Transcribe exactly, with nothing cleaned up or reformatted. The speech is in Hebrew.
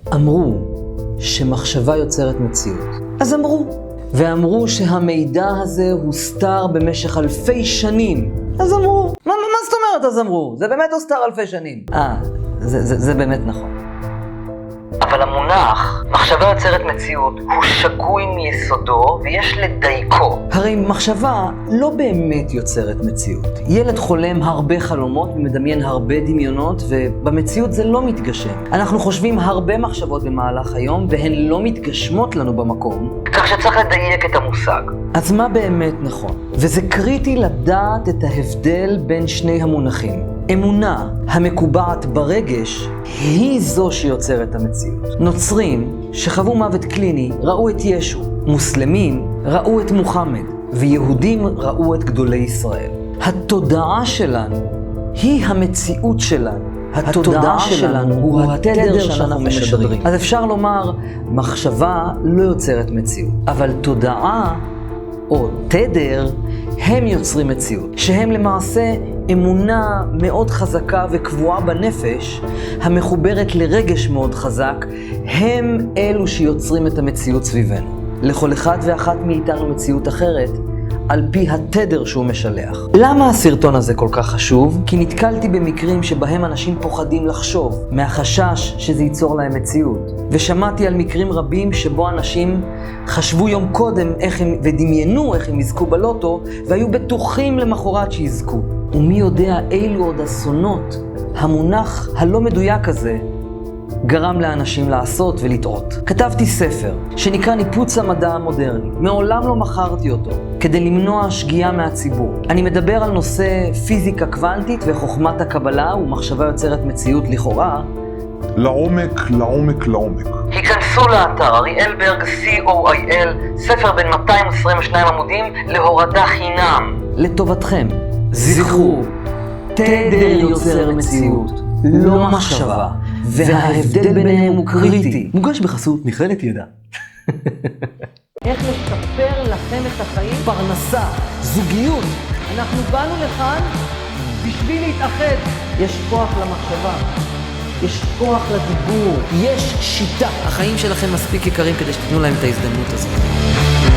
אמרו שמחשבה יוצרת מציאות. אז אמרו. ואמרו שהמידע הזה הוסתר במשך אלפי שנים. אז אמרו. מה, מה זאת אומרת אז אמרו? זה באמת הוסתר אלפי שנים. אה, זה, זה, זה באמת נכון. אבל המונח, מחשבה יוצרת מציאות, הוא שגוי מיסודו ויש לדייקו. הרי מחשבה לא באמת יוצרת מציאות. ילד חולם הרבה חלומות ומדמיין הרבה דמיונות, ובמציאות זה לא מתגשם. אנחנו חושבים הרבה מחשבות במהלך היום, והן לא מתגשמות לנו במקום, כך שצריך לדייק את המושג. אז מה באמת נכון? וזה קריטי לדעת את ההבדל בין שני המונחים. אמונה המקובעת ברגש היא זו שיוצרת המציאות. נוצרים שחוו מוות קליני ראו את ישו, מוסלמים ראו את מוחמד, ויהודים ראו את גדולי ישראל. התודעה שלנו היא המציאות שלנו. התודעה שלנו הוא התדר שאנחנו משדרים. אז אפשר לומר, מחשבה לא יוצרת מציאות, אבל תודעה או תדר הם יוצרים מציאות, שהם למעשה אמונה מאוד חזקה וקבועה בנפש, המחוברת לרגש מאוד חזק, הם אלו שיוצרים את המציאות סביבנו. לכל אחד ואחת מאיתנו מציאות אחרת, על פי התדר שהוא משלח. למה הסרטון הזה כל כך חשוב? כי נתקלתי במקרים שבהם אנשים פוחדים לחשוב, מהחשש שזה ייצור להם מציאות. ושמעתי על מקרים רבים שבו אנשים חשבו יום קודם איך הם, ודמיינו איך הם יזכו בלוטו, והיו בטוחים למחרת שיזכו. ומי יודע אילו עוד אסונות המונח הלא מדויק הזה גרם לאנשים לעשות ולטעות. כתבתי ספר שנקרא ניפוץ המדע המודרני. מעולם לא מכרתי אותו כדי למנוע שגיאה מהציבור. אני מדבר על נושא פיזיקה קוונטית וחוכמת הקבלה ומחשבה יוצרת מציאות לכאורה. לעומק, לעומק, לעומק. היכנסו לאתר אריאל ברג סי או איי אל, ספר בין מאתיים עשרים ושניים עמודים להורדה חינם. לטובתכם, זכרו, תדר יוצר מציאות, לא מחשבה, וההבדל ביניהם הוא קריטי. מוגש בחסות מכללת ידע. איך לספר לכם את החיים? פרנסה, זוגיות. אנחנו באנו לכאן בשביל להתאחד. יש כוח למחשבה, יש כוח לדיבור, יש שיטה. החיים שלכם מספיק יקרים כדי שתתנו להם את ההזדמנות הזאת.